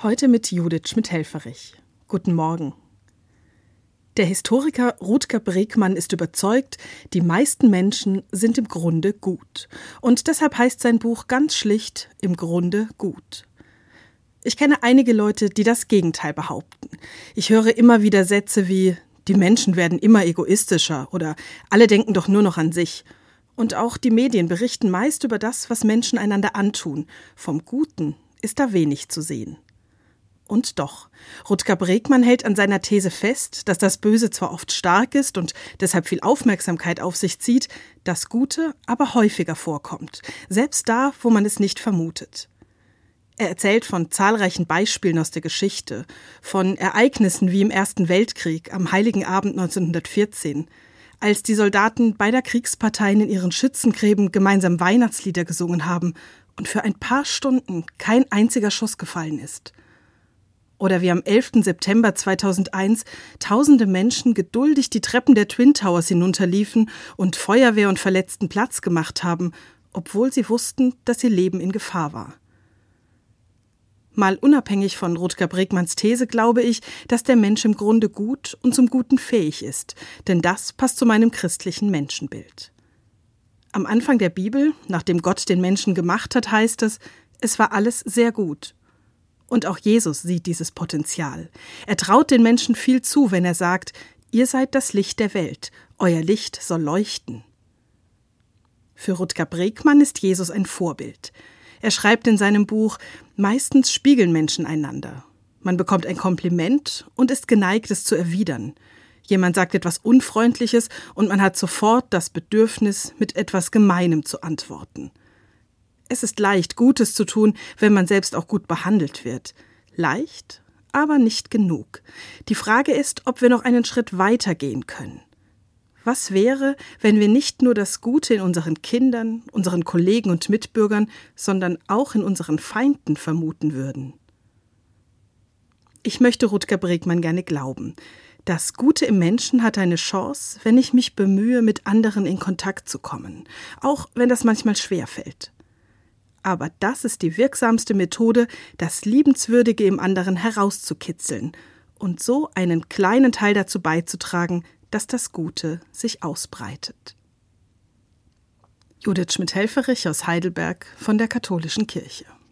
Heute mit Judith Schmidt-Helfferich. Guten Morgen. Der Historiker Rutger Bregmann ist überzeugt, die meisten Menschen sind im Grunde gut. Und deshalb heißt sein Buch ganz schlicht im Grunde gut. Ich kenne einige Leute, die das Gegenteil behaupten. Ich höre immer wieder Sätze wie: Die Menschen werden immer egoistischer oder alle denken doch nur noch an sich. Und auch die Medien berichten meist über das, was Menschen einander antun. Vom Guten ist da wenig zu sehen. Und doch, Rutger Bregmann hält an seiner These fest, dass das Böse zwar oft stark ist und deshalb viel Aufmerksamkeit auf sich zieht, das Gute aber häufiger vorkommt, selbst da, wo man es nicht vermutet. Er erzählt von zahlreichen Beispielen aus der Geschichte, von Ereignissen wie im Ersten Weltkrieg am Heiligen Abend 1914, als die Soldaten beider Kriegsparteien in ihren Schützengräben gemeinsam Weihnachtslieder gesungen haben und für ein paar Stunden kein einziger Schuss gefallen ist. Oder wie am 11. September 2001 tausende Menschen geduldig die Treppen der Twin Towers hinunterliefen und Feuerwehr und Verletzten Platz gemacht haben, obwohl sie wussten, dass ihr Leben in Gefahr war. Mal unabhängig von Rutger Bregmanns These glaube ich, dass der Mensch im Grunde gut und zum Guten fähig ist, denn das passt zu meinem christlichen Menschenbild. Am Anfang der Bibel, nachdem Gott den Menschen gemacht hat, heißt es war alles sehr gut. Und auch Jesus sieht dieses Potenzial. Er traut den Menschen viel zu, wenn er sagt: Ihr seid das Licht der Welt, euer Licht soll leuchten. Für Rutger Bregmann ist Jesus ein Vorbild. Er schreibt in seinem Buch: Meistens spiegeln Menschen einander. Man bekommt ein Kompliment und ist geneigt, es zu erwidern. Jemand sagt etwas Unfreundliches und man hat sofort das Bedürfnis, mit etwas Gemeinem zu antworten. Es ist leicht, Gutes zu tun, wenn man selbst auch gut behandelt wird. Leicht, aber nicht genug. Die Frage ist, ob wir noch einen Schritt weiter gehen können. Was wäre, wenn wir nicht nur das Gute in unseren Kindern, unseren Kollegen und Mitbürgern, sondern auch in unseren Feinden vermuten würden? Ich möchte Rutger Bregmann gerne glauben. Das Gute im Menschen hat eine Chance, wenn ich mich bemühe, mit anderen in Kontakt zu kommen, auch wenn das manchmal schwer fällt. Aber das ist die wirksamste Methode, das Liebenswürdige im anderen herauszukitzeln und so einen kleinen Teil dazu beizutragen, dass das Gute sich ausbreitet. Judith Schmidt-Helfferich aus Heidelberg von der Katholischen Kirche.